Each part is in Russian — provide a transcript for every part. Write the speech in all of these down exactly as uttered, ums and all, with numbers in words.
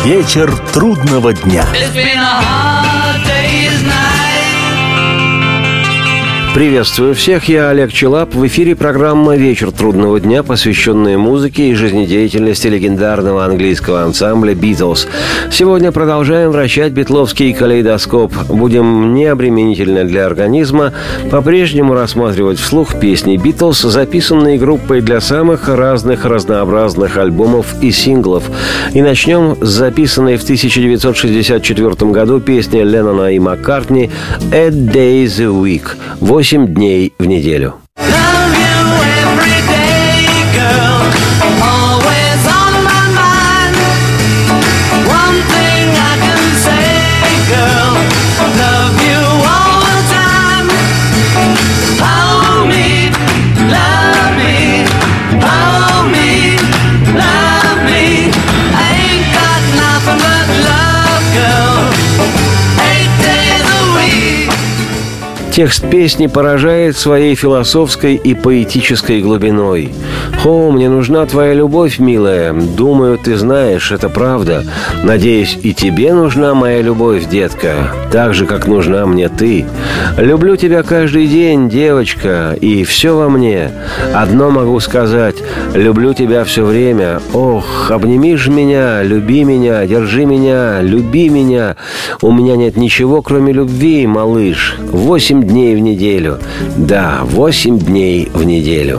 Вечер трудного дня. Приветствую всех, я Олег Челап. В эфире программа «Вечер трудного дня», посвященная музыке и жизнедеятельности легендарного английского ансамбля «Битлз». Сегодня продолжаем вращать битловский калейдоскоп. Будем необременительно для организма по-прежнему рассматривать вслух песни «Битлз», записанные группой для самых разных разнообразных альбомов и синглов. И начнем с записанной в тысяча девятьсот шестьдесят четвёртом году песни Леннона и Маккартни «Eight Days a Week» – «Восемь дней в неделю». Текст песни поражает своей философской и поэтической глубиной. «О, мне нужна твоя любовь, милая. Думаю, ты знаешь, это правда. Надеюсь, и тебе нужна моя любовь, детка, так же, как нужна мне ты. Люблю тебя каждый день, девочка, и все во мне. Одно могу сказать. Люблю тебя все время. Ох, обними ж меня, люби меня, держи меня, люби меня. У меня нет ничего, кроме любви, малыш. Восемь дней в неделю. Да, восемь дней в неделю».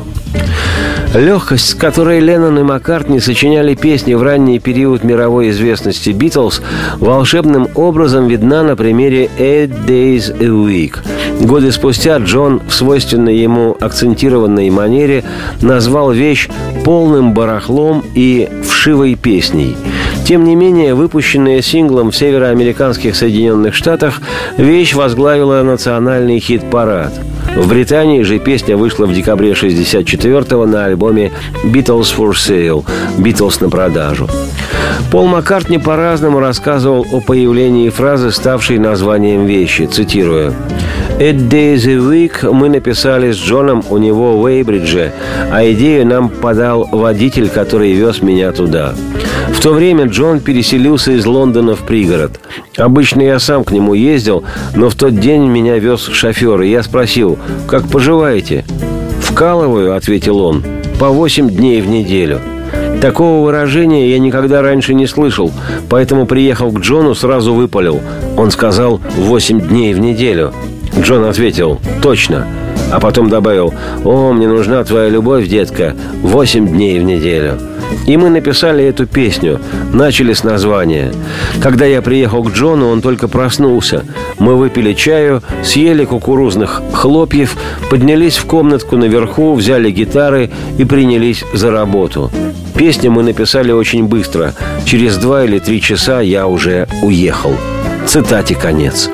Легкость, с которой Леннон и Маккартни сочиняли песни в ранний период мировой известности «Битлз», волшебным образом видна на примере «Eight Days a Week». Годы спустя Джон в свойственной ему акцентированной манере назвал вещь полным барахлом и вшивой песней. Тем не менее, выпущенная синглом в североамериканских Соединенных Штатах, вещь возглавила национальный хит-парад. В Британии же песня вышла в декабре шестьдесят четвёртого на альбоме «Beatles for Sale» – «Битлз на продажу». Пол Маккартни по-разному рассказывал о появлении фразы, ставшей названием вещи, цитирую: «Eight days a week» мы написали с Джоном у него в Уэйбридже, а идею нам подал водитель, который вез меня туда. В то время Джон переселился из Лондона в пригород. Обычно я сам к нему ездил, но в тот день меня вез шофер, и я спросил: «Как поживаете?» «Вкалываю», — ответил он, — «по восемь дней в неделю». Такого выражения я никогда раньше не слышал, поэтому приехал к Джону, сразу выпалил. Он сказал «восемь дней в неделю». Джон ответил «Точно», а потом добавил: «О, мне нужна твоя любовь, детка, восемь дней в неделю». И мы написали эту песню, начали с названия. Когда я приехал к Джону, он только проснулся. Мы выпили чаю, съели кукурузных хлопьев, поднялись в комнатку наверху, взяли гитары и принялись за работу. Песню мы написали очень быстро. Через два или три часа я уже уехал. Цитате конец.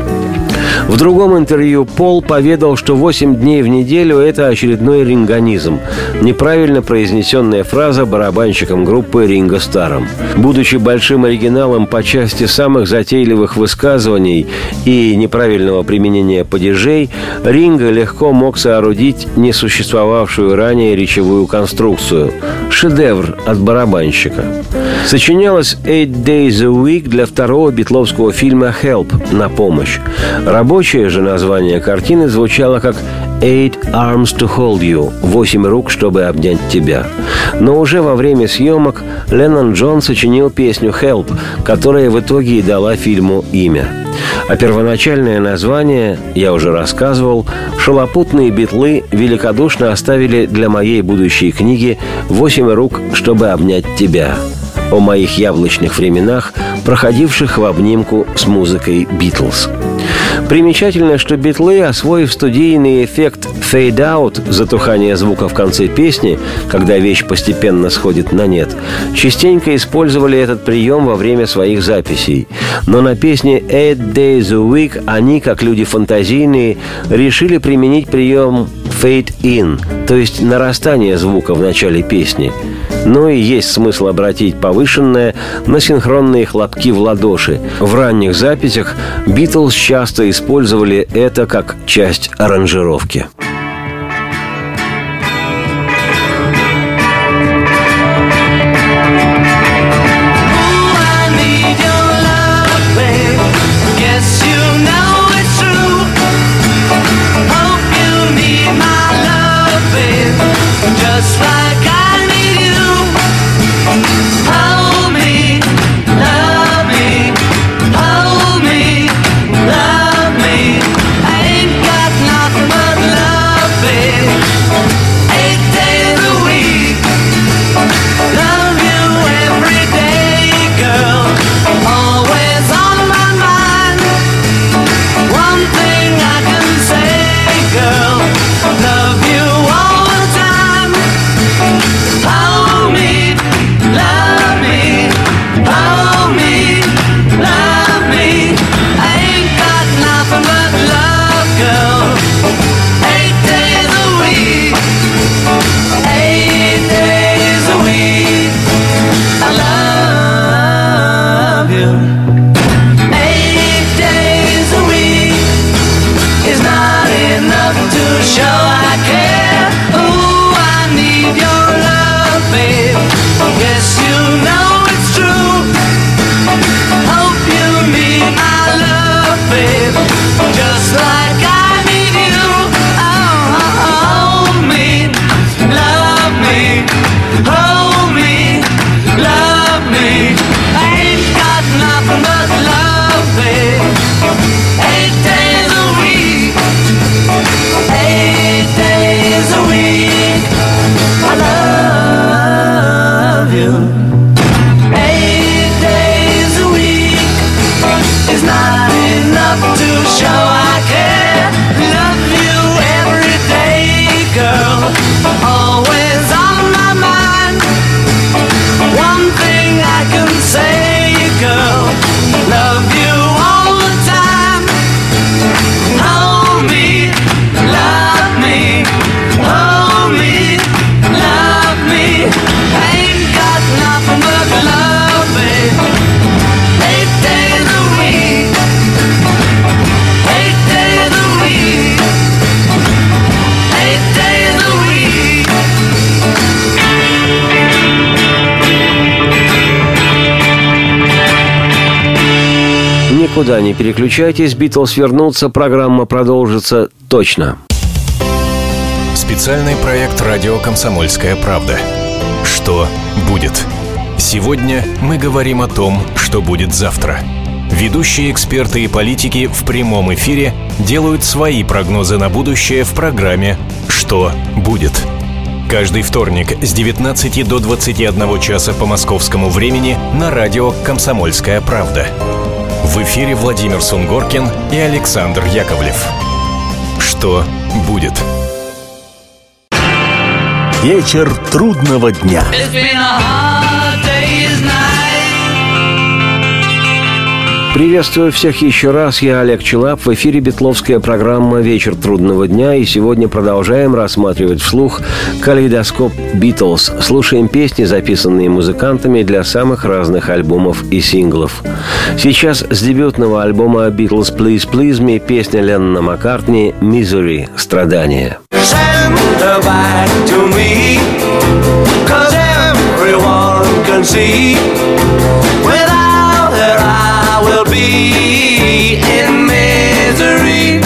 В другом интервью Пол поведал, что восемь дней в неделю – это очередной рингонизм, неправильно произнесенная фраза барабанщиком группы Ринго Старром. Будучи большим оригиналом по части самых затейливых высказываний и неправильного применения падежей, Ринго легко мог соорудить несуществовавшую ранее речевую конструкцию – шедевр от барабанщика. Сочинялась «Eight Days a Week» для второго битловского фильма «Help» на помощь. Рабочее же название картины звучало как «Eight Arms to Hold You» – «Восемь рук, чтобы обнять тебя». Но уже во время съемок Леннон Джон сочинил песню «Help», которая в итоге и дала фильму имя. А первоначальное название, я уже рассказывал, шалопутные битлы великодушно оставили для моей будущей книги «Восемь рук, чтобы обнять тебя», о моих яблочных временах, проходивших в обнимку с музыкой «Битлз». Примечательно, что битлы, освоив студийный эффект фейд-аут, затухание звука в конце песни, когда вещь постепенно сходит на нет, частенько использовали этот прием во время своих записей. Но на песне «Eight Days a Week» они, как люди фантазийные, решили применить прием «fade-in», то есть нарастание звука в начале песни. Но и есть смысл обратить повышенное на синхронные хлопки в ладоши. В ранних записях «Битлз» часто использовали это как часть аранжировки. I you. Eight days a week is not enough to show I care. Ooh, I need your love, babe. Yes, you know it's true. Hope you need my love, babe, just like I need you. Oh, hold me, love me, hold me, love me. I ain't got nothing but love, babe. Eight days a week, eight days a week, I love you. Eight days a week is not enough to show I care. Love you every day, girl, always on my mind. One thing I can say, girl, love you all the time. Hold me, love me, hold me, love me. I ain't got nothing but love, babe. Eight days a week, eight days a week, eight days a week. Никуда не переключайтесь, Битлз вернутся, программа продолжится точно. Специальный проект «Радио Комсомольская правда». Что будет? Сегодня мы говорим о том, что будет завтра. Ведущие эксперты и политики в прямом эфире делают свои прогнозы на будущее в программе «Что будет?». Каждый вторник с девятнадцати до двадцати одного часа по московскому времени на радио «Комсомольская правда». В эфире Владимир Сунгоркин и Александр Яковлев. Что будет? Вечер трудного дня. It's been a hard day's night. Приветствую всех еще раз, я Олег Челап. В эфире битловская программа «Вечер трудного дня», и сегодня продолжаем рассматривать вслух калейдоскоп «Битлз». Слушаем песни, записанные музыкантами для самых разных альбомов и синглов. Сейчас с дебютного альбома «Beatles Please Please Me» песня Леннона Маккартни «Misery» – «Страдания». Send her back to me, 'cause everyone can see, without her I will be in misery.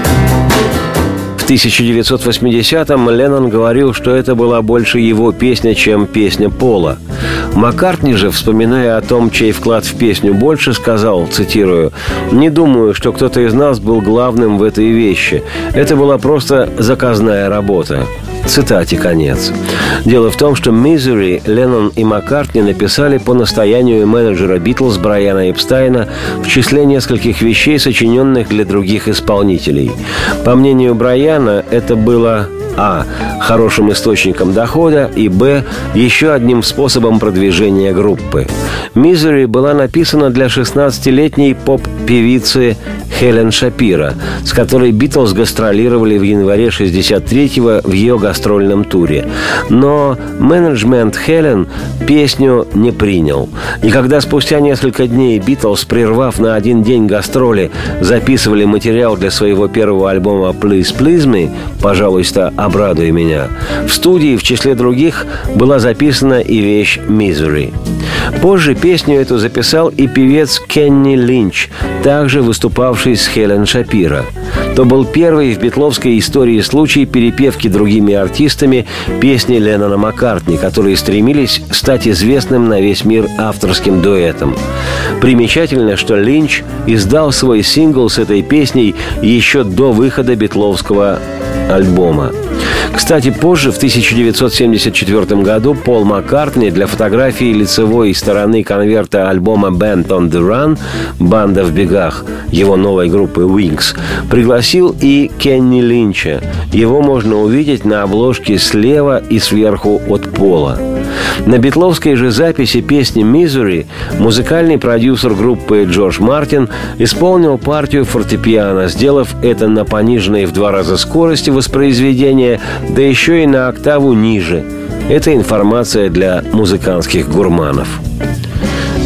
В тысяча девятьсот восьмидесятом Леннон говорил, что это была больше его песня, чем песня Пола. Маккартни же, вспоминая о том, чей вклад в песню больше, сказал, цитирую, «Не думаю, что кто-то из нас был главным в этой вещи. Это была просто заказная работа». Цитате конец. Дело в том, что «Misery» Леннон и Маккартни написали по настоянию менеджера «Битлз» Брайана Эпстайна в числе нескольких вещей, сочиненных для других исполнителей. По мнению Брайана, это было а. хорошим источником дохода и б. еще одним способом продвижения группы. «Misery» была написана для шестнадцатилетней поп-певицы Хелен Шапира, с которой Битлз гастролировали в январе шестьдесят третьего в ее гастрольном туре. Но менеджмент Хелен песню не принял. И когда спустя несколько дней Битлз, прервав на один день гастроли, записывали материал для своего первого альбома «Please Please Me» «Пожалуйста, обрадуй меня», в студии в числе других была записана и вещь «Misery». Позже песню эту записал и певец Кенни Линч, также выступавший с Хелен Шапира. То был первый в битловской истории случай перепевки другими артистами песни Леннона Маккартни, которые стремились стать известным на весь мир авторским дуэтом. Примечательно, что Линч издал свой сингл с этой песней еще до выхода битловского альбома. Кстати, позже, в тысяча девятьсот семьдесят четвёртом году, Пол Маккартни для фотографии лицевой стороны конверта альбома «Band on the Run» «Банда в бегах» его новой группы Wings пригласил и Кенни Линча. Его можно увидеть на обложке слева и сверху от Пола. На битловской же записи песни «Misery» музыкальный продюсер группы Джордж Мартин исполнил партию фортепиано, сделав это на пониженной в два раза скорости воспроизведения, да еще и на октаву ниже. Это информация для музыкантских гурманов.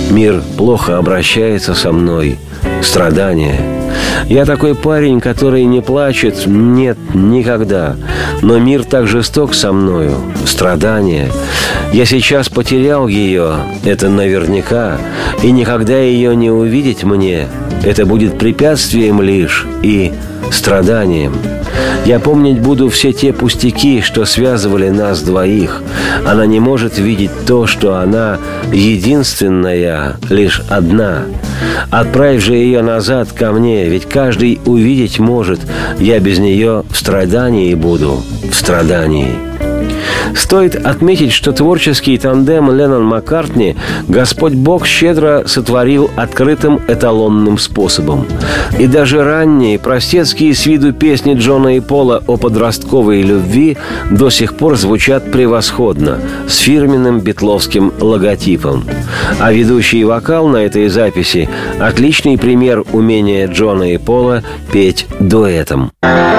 Мир плохо обращается со мной. Страдания. Я такой парень, который не плачет. Нет, никогда. Но мир так жесток со мною. Страдания. Я сейчас потерял ее. Это наверняка. И никогда ее не увидеть мне. Это будет препятствием лишь и страданием. Я помнить буду все те пустяки, что связывали нас двоих. Она не может видеть то, что она единственная, лишь одна. Отправь же ее назад ко мне, ведь каждый увидеть может. Я без нее в страдании буду, в страдании. Стоит отметить, что творческий тандем Леннон-Маккартни Господь Бог щедро сотворил открытым эталонным способом. И даже ранние, простецкие с виду песни Джона и Пола о подростковой любви до сих пор звучат превосходно, с фирменным битловским логотипом. А ведущий вокал на этой записи – отличный пример умения Джона и Пола петь дуэтом.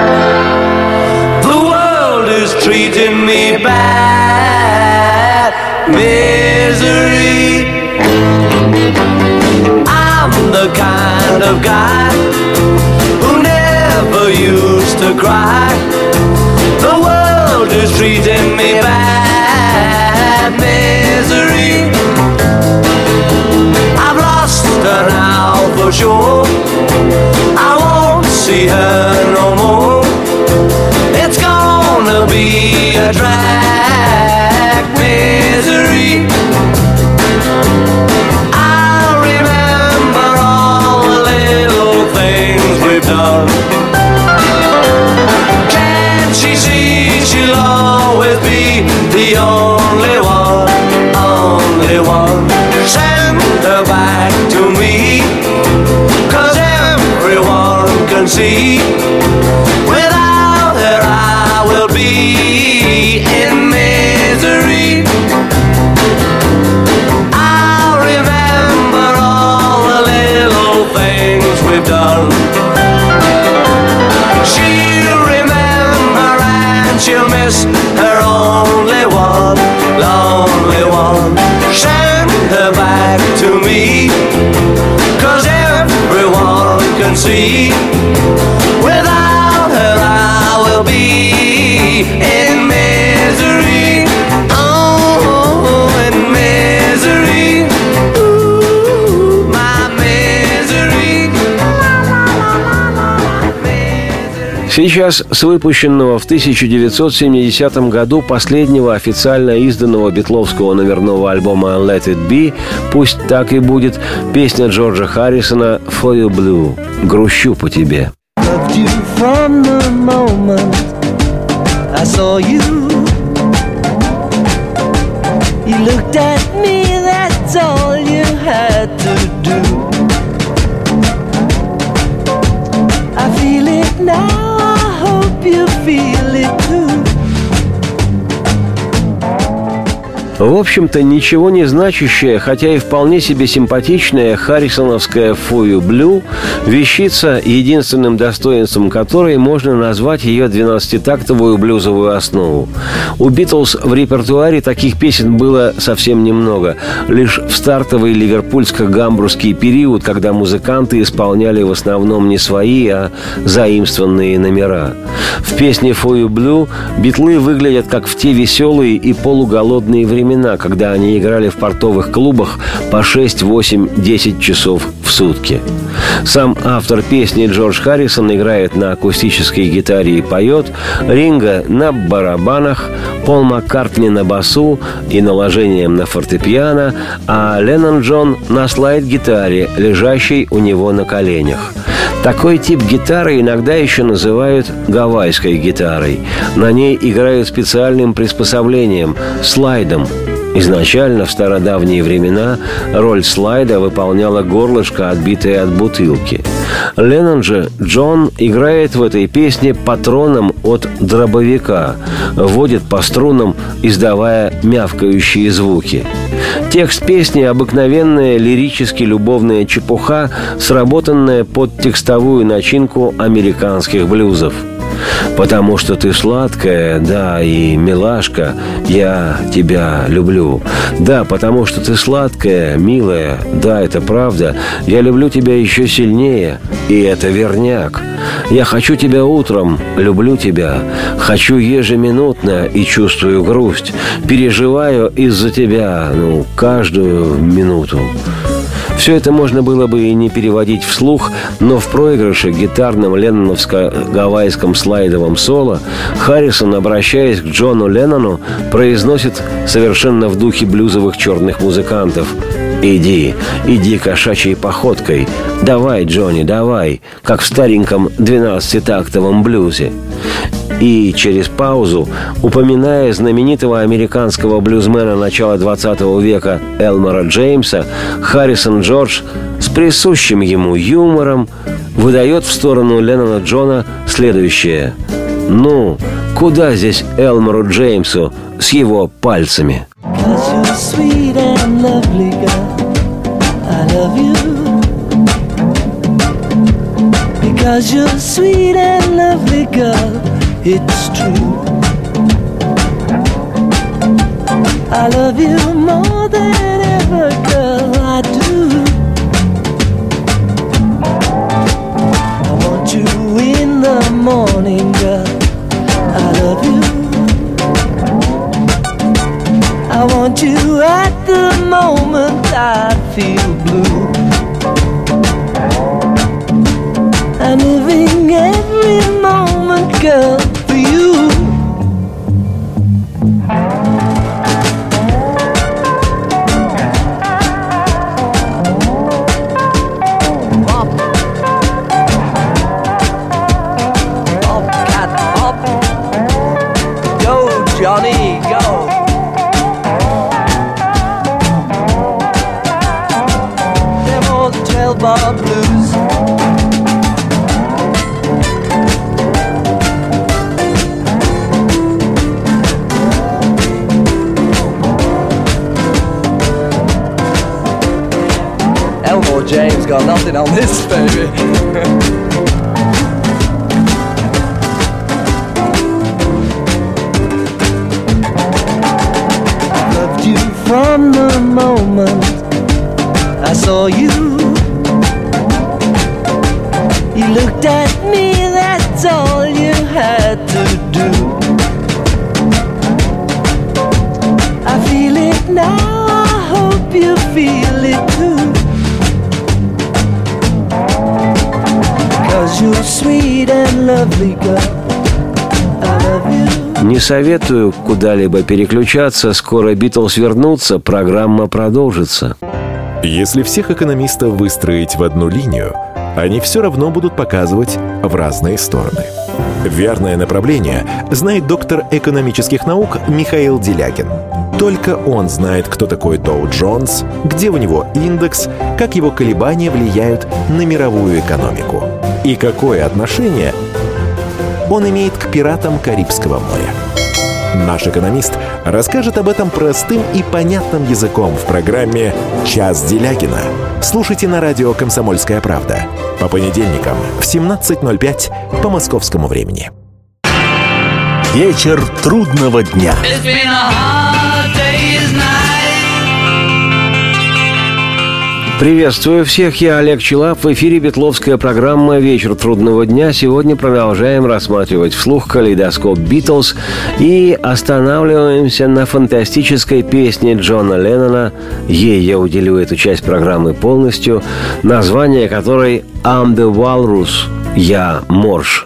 Is treating me bad, misery. I'm the kind of guy who never used to cry. The world is treating me bad, misery. I've lost her now for sure. I won't see her no more. It's gonna be a drag, misery. I'll remember all the little things we've done. Can't she see she'll always be the only one, only one? Send her back to me, 'cause everyone can see without her I will be in misery. I'll remember all the little things we've done. She'll remember and she'll miss her only one, lonely one. Send her back to me, 'cause everyone can see without her I will be in misery. Oh, in misery. Ooh, my misery. Сейчас с выпущенного в тысяча девятьсот семидесятом году последнего официально изданного битловского номерного альбома «Let It Be», пусть так и будет, песня Джорджа Харрисона «For You Blue» – «Грущу по тебе». Loved you from the moment I saw you. You looked at me, that's all you had to do. I feel it now, I hope you feel it too. В общем-то, ничего не значащая, хотя и вполне себе симпатичная харрисоновская «For You Blue» вещица, единственным достоинством которой можно назвать ее двенадцатитактовую блюзовую основу. У «Битлз» в репертуаре таких песен было совсем немного. Лишь в стартовый ливерпульско-гамбургский период, когда музыканты исполняли в основном не свои, а заимствованные номера. В песне «For You Blue» битлы выглядят как в те веселые и полуголодные времена, когда они играли в портовых клубах по шесть, восемь, десять часов в сутки. Сам автор песни Джордж Харрисон играет на акустической гитаре и поет, Ринго на барабанах, Пол Маккартни на басу и наложением на фортепиано, а Леннон Джон на слайд-гитаре, лежащей у него на коленях. Такой тип гитары иногда еще называют гавайской гитарой. На ней играют специальным приспособлением – слайдом. Изначально, в стародавние времена, роль слайда выполняла горлышко, отбитое от бутылки. Леннон же, Джон, играет в этой песне патроном от дробовика, водит по струнам, издавая мявкающие звуки. Текст песни – обыкновенная лирически-любовная чепуха, сработанная под текстовую начинку американских блюзов. Потому что ты сладкая, да, и милашка, я тебя люблю. Да, потому что ты сладкая, милая, да, это правда, я люблю тебя еще сильнее, и это верняк. Я хочу тебя утром, люблю тебя, хочу ежеминутно и чувствую грусть, переживаю из-за тебя, ну, каждую минуту. Все это можно было бы и не переводить вслух, но в проигрыше гитарном ленноновско-гавайском слайдовом соло Харрисон, обращаясь к Джону Леннону, произносит совершенно в духе блюзовых черных музыкантов: «Иди, иди кошачьей походкой, давай, Джонни, давай, как в стареньком двенадцатитактовом блюзе». И через паузу, упоминая знаменитого американского блюзмена начала двадцатого века Элмора Джеймса, Харрисон Джордж с присущим ему юмором выдает в сторону Леннона Джона следующее: «Ну, куда здесь Элмору Джеймсу с его пальцами?» Because you're sweet and lovely, girl, it's true. I love you more than ever, girl, I do. I want you in the morning, girl, I love you. I want you at the moment I feel blue. I'm living every moment, girl, for you. Pop, pop, cat, pop. Go, Johnny, go. Them old twelve-bar blues. James got nothing on this, baby. I loved you from the moment I saw you. You looked at me, that's all you had to do. I feel it now, I hope you feel it too. Не советую куда-либо переключаться. Скоро Битлз вернутся, программа продолжится. Если всех экономистов выстроить в одну линию, они все равно будут показывать в разные стороны. Верное направление знает доктор экономических наук Михаил Делякин. Только он знает, кто такой Доу Джонс, где у него индекс, как его колебания влияют на мировую экономику и какое отношение он имеет к пиратам Карибского моря. Наш экономист расскажет об этом простым и понятным языком в программе «Час Делякина». Слушайте на радио «Комсомольская правда» по понедельникам в семнадцать ноль пять по московскому времени. Вечер трудного дня. Приветствую всех, я Олег Челап. В эфире битловская программа «Вечер трудного дня». Сегодня продолжаем рассматривать вслух калейдоскоп «Битлз» и останавливаемся на фантастической песне Джона Леннона. Ей я уделю эту часть программы полностью, название которой «I'm the Walrus» – «Я морж».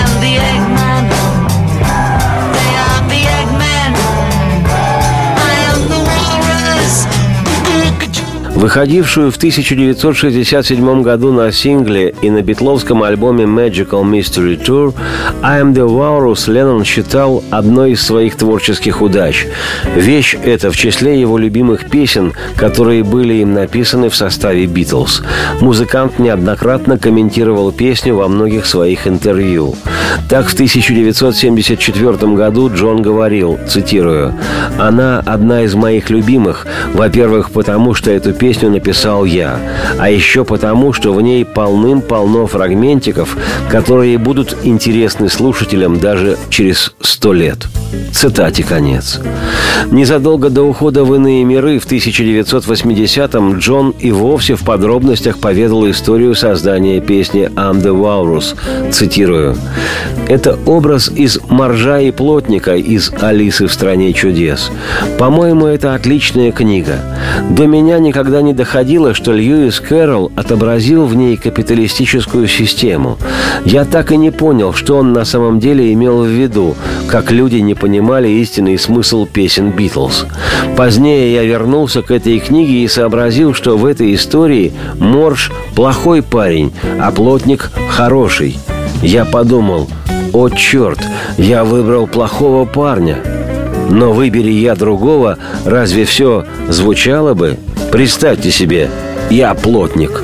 Выходившую в тысяча девятьсот шестьдесят седьмом году на сингле и на битловском альбоме Magical Mystery Tour «I'm the Walrus» Леннон считал одной из своих творческих удач. Вещь эта в числе его любимых песен, которые были им написаны в составе «Битлз». Музыкант неоднократно комментировал песню во многих своих интервью. Так, в тысяча девятьсот семьдесят четвёртом году Джон говорил, цитирую, «Она одна из моих любимых, во-первых, потому что эту песню песню написал я, а еще потому, что в ней полным-полно фрагментиков, которые будут интересны слушателям даже через сто лет. Цитате конец. Незадолго до ухода в иные миры в тысяча девятьсот восьмидесятом Джон и вовсе в подробностях поведал историю создания песни «I'm the Walrus». Цитирую. «Это образ из «Моржа и плотника» из «Алисы в стране чудес». По-моему, это отличная книга. До меня никогда не доходило, что Льюис Кэрролл отобразил в ней капиталистическую систему. Я так и не понял, что он на самом деле имел в виду, как люди не понимали истинный смысл песен «Битлз». Позднее я вернулся к этой книге и сообразил, что в этой истории Морж – плохой парень, а плотник – хороший. Я подумал: «О, черт, я выбрал плохого парня». Но выбери я другого, разве все звучало бы? Представьте себе, я плотник.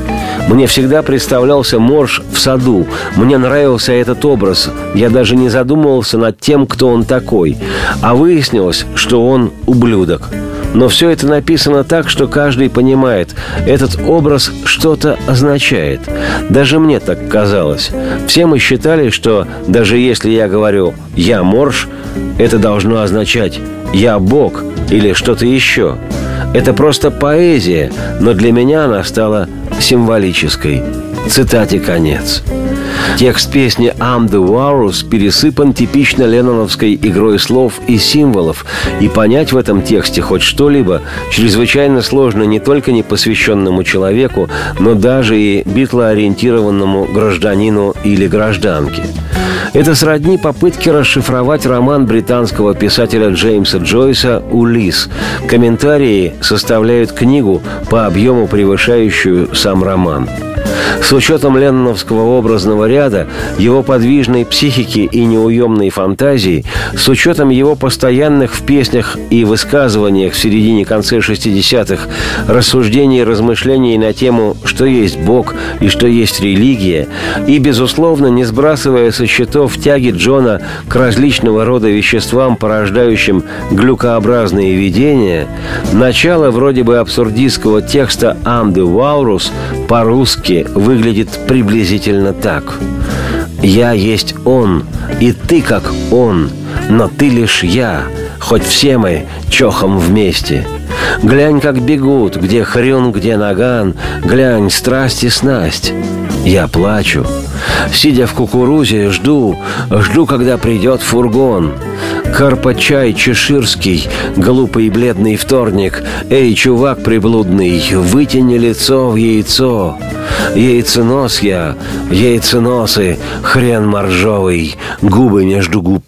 Мне всегда представлялся Морж в саду. Мне нравился этот образ. Я даже не задумывался над тем, кто он такой. А выяснилось, что он ублюдок. Но все это написано так, что каждый понимает, этот образ что-то означает. Даже мне так казалось. Все мы считали, что даже если я говорю «я Морж», это должно означать «я Бог» или что-то еще. Это просто поэзия, но для меня она стала символической. Цитате конец. Текст песни «I'm the Walrus» пересыпан типично ленноновской игрой слов и символов, и понять в этом тексте хоть что-либо чрезвычайно сложно не только непосвященному человеку, но даже и битлоориентированному гражданину или гражданке. Это сродни попытке расшифровать роман британского писателя Джеймса Джойса «Улисс». Комментарии составляют книгу по объему, превышающую сам роман. С учетом ленноновского образного ряда, его подвижной психики и неуемной фантазии, с учетом его постоянных в песнях и высказываниях в середине-конце шестидесятых рассуждений и размышлений на тему «что есть Бог» и «что есть религия», и, безусловно, не сбрасывая со счетов тяги Джона к различного рода веществам, порождающим глюкообразные видения, начало вроде бы абсурдистского текста «I'm the Walrus» по-русски выглядит приблизительно так. «Я есть он, и ты как он, но ты лишь я, хоть все мы чохом вместе. Глянь, как бегут, где хрюн, где наган, глянь, страсть и снасть. Я плачу. Сидя в кукурузе, жду, жду, когда придет фургон. Карпа-чай чеширский, глупый бледный вторник. Эй, чувак приблудный, вытяни лицо в яйцо. Яйценос я, яйценосы, хрен моржовый, губы между губ».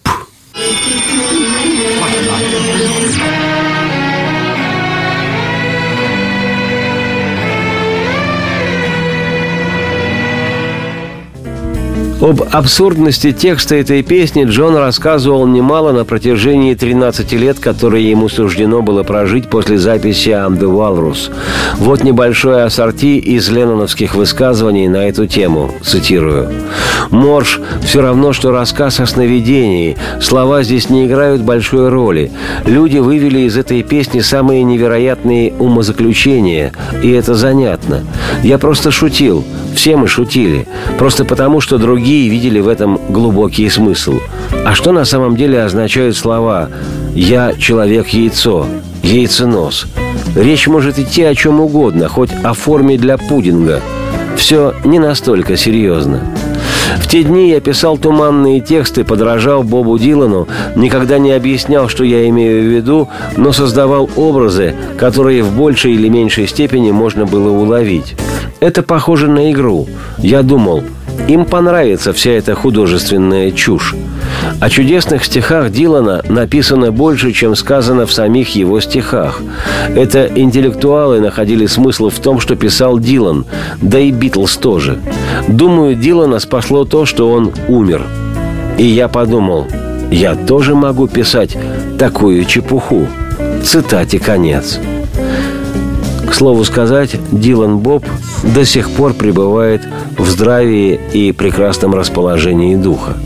Об абсурдности текста этой песни Джон рассказывал немало на протяжении тринадцати лет, которые ему суждено было прожить после записи «I'm the Walrus». Вот небольшое ассорти из ленноновских высказываний на эту тему. Цитирую. «Морж все равно, что рассказ о сновидении. Слова здесь не играют большой роли. Люди вывели из этой песни самые невероятные умозаключения, и это занятно. Я просто шутил. Все мы шутили. Просто потому, что другие видели в этом глубокий смысл. А что на самом деле означают слова «я человек-яйцо», «яйценос»? Речь может идти о чем угодно, хоть о форме для пудинга. Все не настолько серьезно. В те дни я писал туманные тексты, подражал Бобу Дилану, никогда не объяснял, что я имею в виду, но создавал образы, которые в большей или меньшей степени можно было уловить. Это похоже на игру. Я думал, им понравится вся эта художественная чушь. О чудесных стихах Дилана написано больше, чем сказано в самих его стихах. Это интеллектуалы находили смысл в том, что писал Дилан, да и Битлз тоже. Думаю, Дилана спасло то, что он умер. И я подумал, я тоже могу писать такую чепуху. Цитате конец. К слову сказать, Дилан Боб до сих пор пребывает в здравии и прекрасном расположении духа.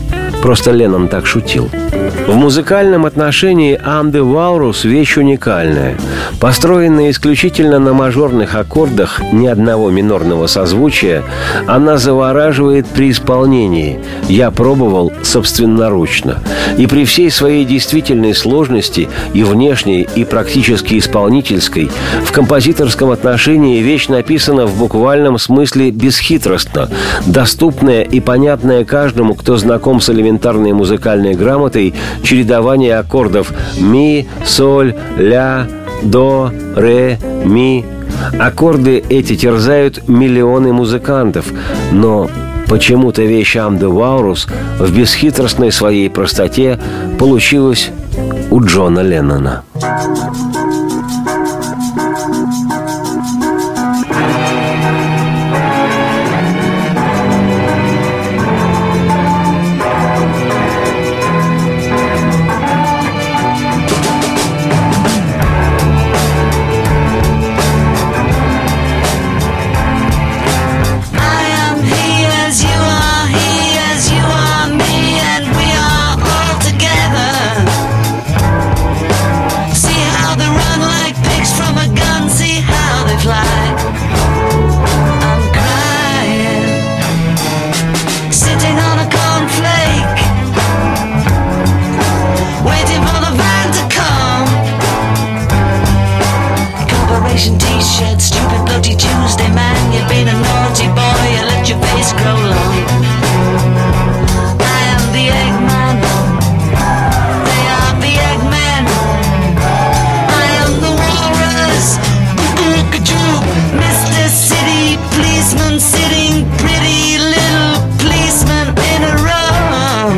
Просто Леннон так шутил. В музыкальном отношении «I'm the Walrus» — вещь уникальная. Построенная исключительно на мажорных аккордах, ни одного минорного созвучия, она завораживает при исполнении. Я пробовал собственноручно. И при всей своей действительной сложности, и внешней, и практически исполнительской, в композиторском отношении вещь написана в буквальном смысле бесхитростно, доступная и понятная каждому, кто знаком с элементарной музыкальной грамотой чередования аккордов ми, соль, ля, до, ре, ми. Аккорды эти терзают миллионы музыкантов, но почему-то вещь «I'm the Walrus» в бесхитростной своей простоте получилась у Джона Леннона. T-shirt, stupid bloody Tuesday man. You've been a naughty boy, you let your face grow long. I am the Eggman, they are the Eggmen. I am the Walrus, Mister City Policeman, sitting pretty little policeman in a row.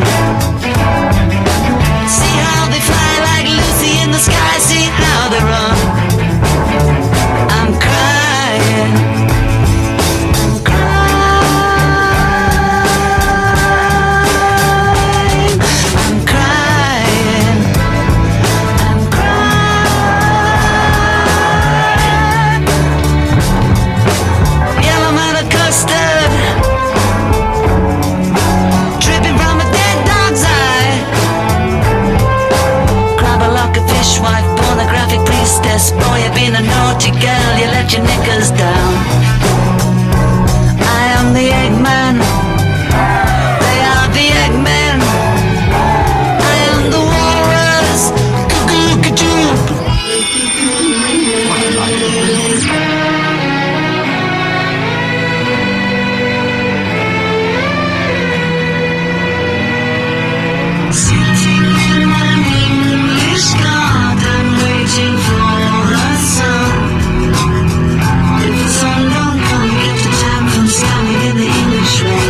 See how they fly like Lucy in the sky, see how they run. I'm crying, I'm crying, I'm crying, I'm crying. Yellow man of custard, dripping from a dead dog's eye. Grab a lock of fishwife, pornographic priestess. Boy, you've been a naughty girl, you let your knickers down. I am the Eggman, they are the Eggmen. I am the Walrus, cuckoo-cuckoo. Sitting in an English garden, waiting for the sun. If the sun don't come, get the time from standing in the English rain.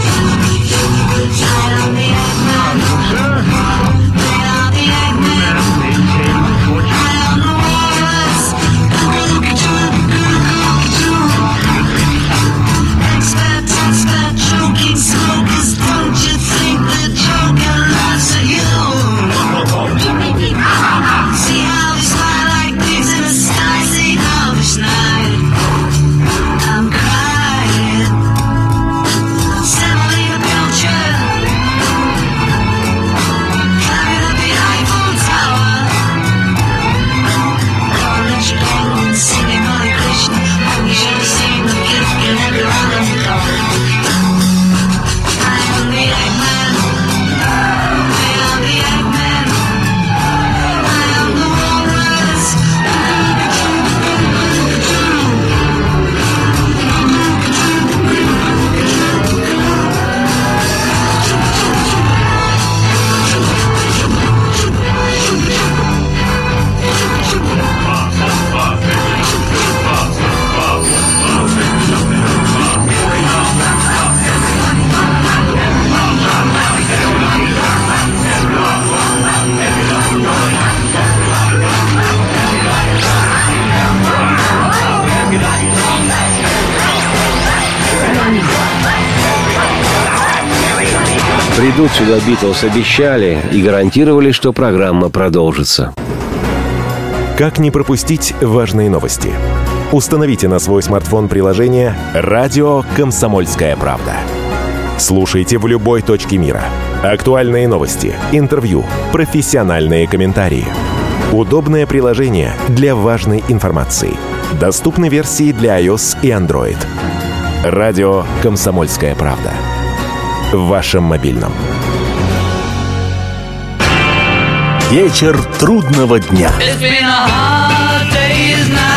I am the Eggman, they are the Eggmen. I am the Walrus, cuckoo-cuckoo. Expert, expert, choking smokers, don't you think the Joker laughs at you? See how they fly like pigs in the sky, see how they snide. I'm crying, Semolina Pilcher, climbing up the Eiffel Tower. Lord Richard England singing Hare Krishna, oh, you should have seen the gift in every random color. I am the Eggman, they are the Eggmen. I am the Walrus. Придут сюда Битлз, обещали и гарантировали, что программа продолжится. Как не пропустить важные новости? Установите на свой смартфон приложение «Радио Комсомольская правда». Слушайте в любой точке мира. Актуальные новости, интервью, профессиональные комментарии. Удобное приложение для важной информации. Доступны версии для iOS и Android. Радио «Комсомольская правда». В вашем мобильном. Вечер трудного дня. It's been a hard day's night.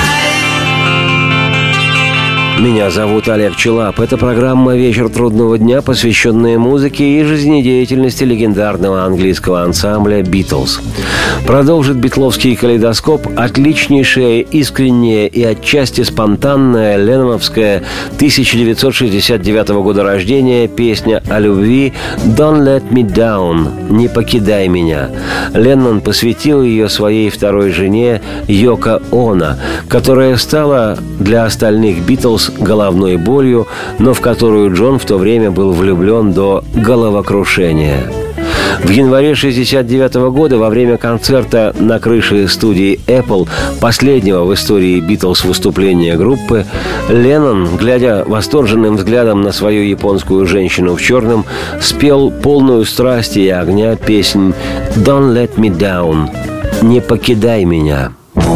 Меня зовут Олег Челап. Это программа «Вечер трудного дня», посвященная музыке и жизнедеятельности легендарного английского ансамбля «Битлз». Продолжит битловский калейдоскоп отличнейшая, искренняя и отчасти спонтанная ленноновская тысяча девятьсот шестьдесят девятого года рождения песня о любви «Don't let me down» – «Не покидай меня». Леннон посвятил ее своей второй жене Йоко Оно, которая стала для остальных «Битлз» головной болью, но в которую Джон в то время был влюблен до головокрушения. В январе шестьдесят девятого года во время концерта на крыше студии Apple, последнего в истории «Битлз» выступления группы, Леннон, глядя восторженным взглядом на свою японскую женщину в черном, спел полную страсти и огня песнь «Don't let me down» – «Не покидай меня».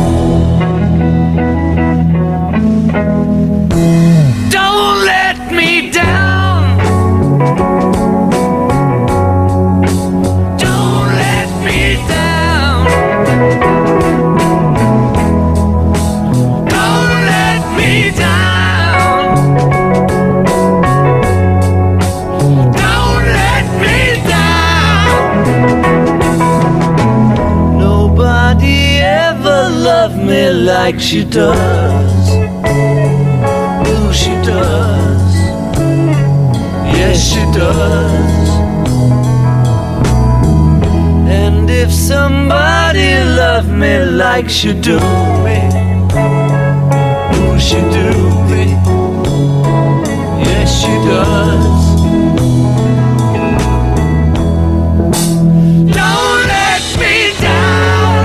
Don't let me down. Don't let me down. Don't let me down. Don't let me down. Nobody ever loved me like she does. She does. Yes, she does. And if somebody loved me like she do me, who she do me? Yes, she does. Don't let me down.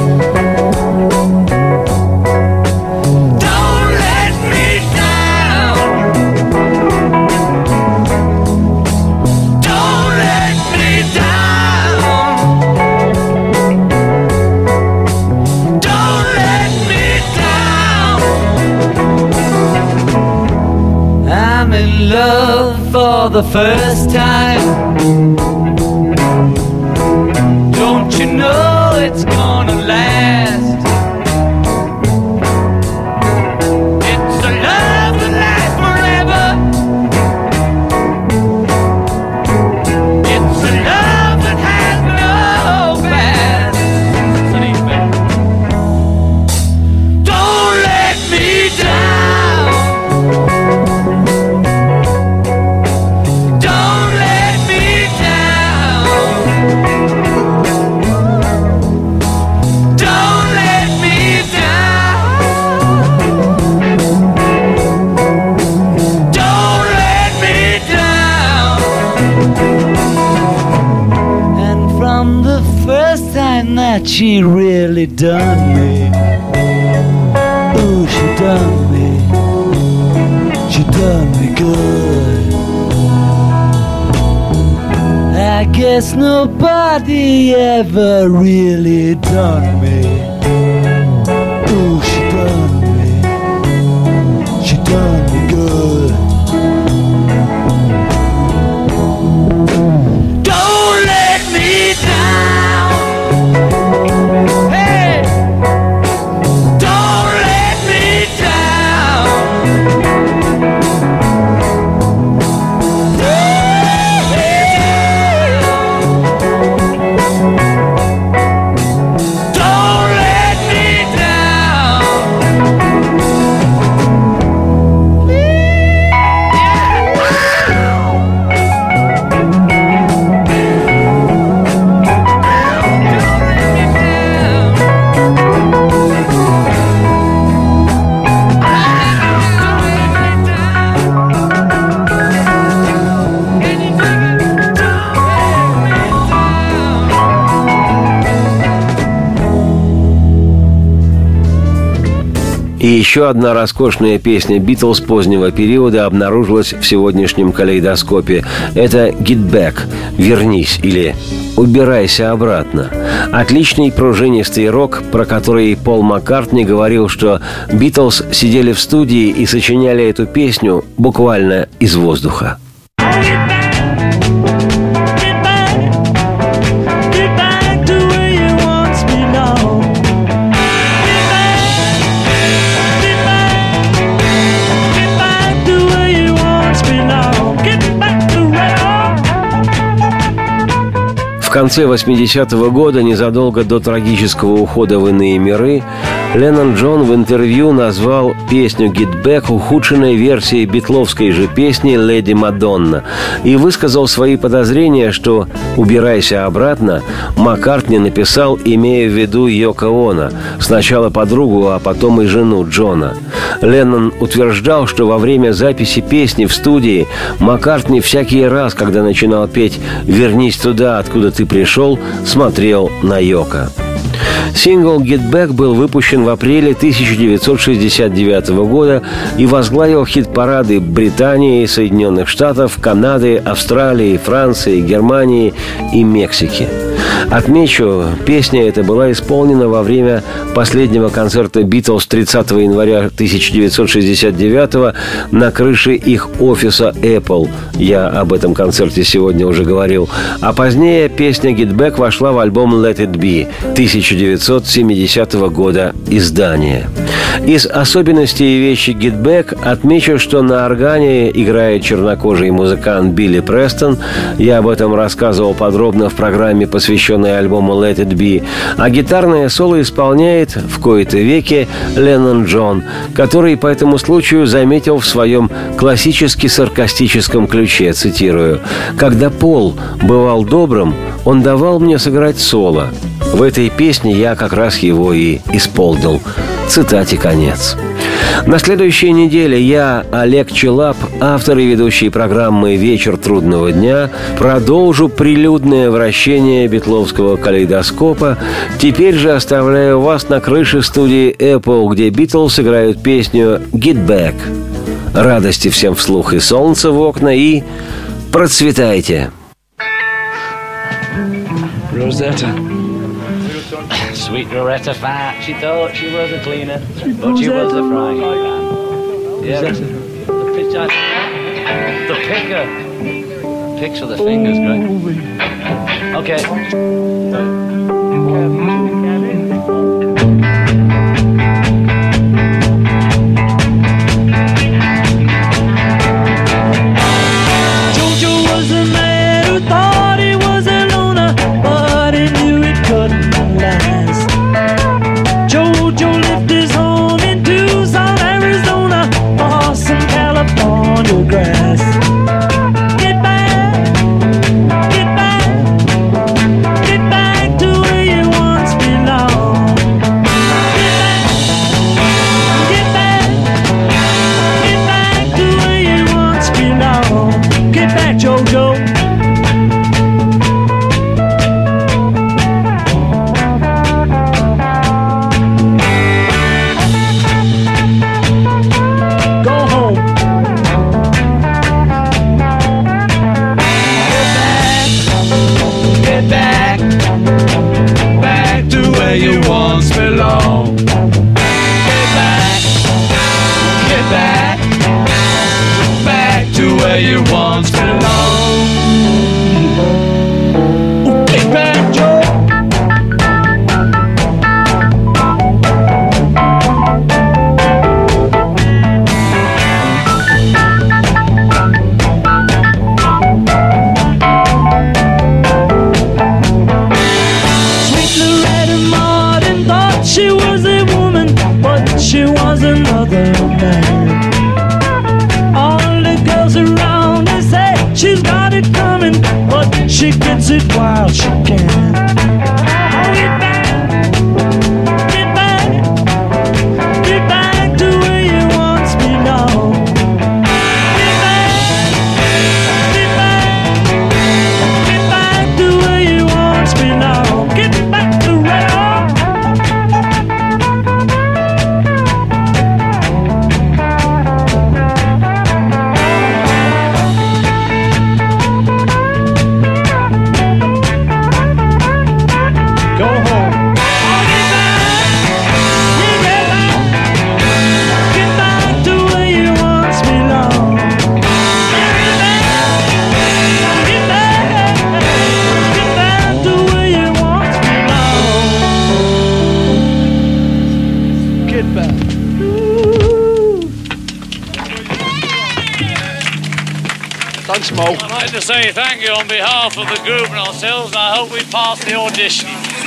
Don't let me down. Don't let me down. Don't let me down. I'm in love for the first time. Don't you know it's gonna last? It's a love that lasts forever. It's a love that has no past. Don't let me down. Don't let me down. Don't let me down. Don't let me down. And from the first time that she really done me, ooh, she done me, she done me good. I guess nobody ever really done me. Ooh, she done me, she done me good. Don't let me down. Hey, don't let me down. Don't let еще одна роскошная песня «Битлз» позднего периода обнаружилась в сегодняшнем калейдоскопе. Это «Get Back» – «Вернись» или «Убирайся обратно». Отличный пружинистый рок, про который Пол Маккартни говорил, что «Битлз» сидели в студии и сочиняли эту песню буквально из воздуха. В конце восьмидесятого года, незадолго до трагического ухода в иные миры, Леннон Джон в интервью назвал песню «Get Back» ухудшенной версией битловской же песни «Леди Мадонна» и высказал свои подозрения, что «Убирайся обратно» Маккартни написал, имея в виду Йоко Оно, сначала подругу, а потом и жену Джона. Леннон утверждал, что во время записи песни в студии Маккартни всякий раз, когда начинал петь «Вернись туда, откуда ты пришел», смотрел на Йоко. Сингл «Get Back» был выпущен в апреле тысяча девятьсот шестьдесят девятого года и возглавил хит-парады Британии, Соединенных Штатов, Канады, Австралии, Франции, Германии и Мексики. Отмечу, песня эта была исполнена во время последнего концерта «Битлз» тридцатого января тысяча девятьсот шестьдесят девятого на крыше их офиса Apple. Я об этом концерте сегодня уже говорил. А позднее песня «Get Back» вошла в альбом «Let It Be» тысяча девятьсот семидесятого года издания. Из особенностей вещи «Get Back» отмечу, что на органе играет чернокожий музыкант Билли Престон. Я об этом рассказывал подробно в программе, посвященной альбому «Let It Be», а гитарное соло исполняет в кои-то веки Леннон Джон, который по этому случаю заметил в своем классически-саркастическом ключе, цитирую: «Когда Пол бывал добрым, он давал мне сыграть соло. В этой песне я как раз его и исполнил». Цитате конец. На следующей неделе я, Олег Челап, автор и ведущий программы «Вечер трудного дня», продолжу прилюдное вращение битловского калейдоскопа. Теперь же оставляю вас на крыше студии Apple, где Битлз играют песню «Get Back». Радости всем вслух и солнца в окна, и процветайте! Rosetta. Sweet Loretta Fat, she thought she was a cleaner, but she was a frying pan. Yeah, the, the pitch, the picker. Picks with the fingers, great. Okay. Thanks, Mo. I'd like to say thank you on behalf of the group and ourselves, and I hope we pass the audition.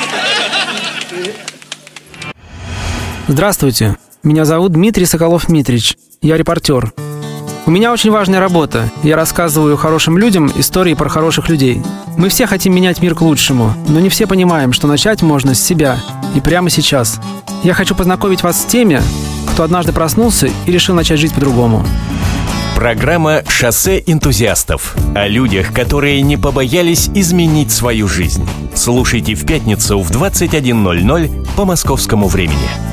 Здравствуйте, меня зовут Дмитрий Соколов-Митрич, я репортер. У меня очень важная работа. Я рассказываю хорошим людям истории про хороших людей. Мы все хотим менять мир к лучшему, но не все понимаем, что начать можно с себя и прямо сейчас. Я хочу познакомить вас с теми, кто однажды проснулся и решил начать жить по-другому. Программа «Шоссе энтузиастов» о людях, которые не побоялись изменить свою жизнь. Слушайте в пятницу в двадцать один ноль ноль по московскому времени.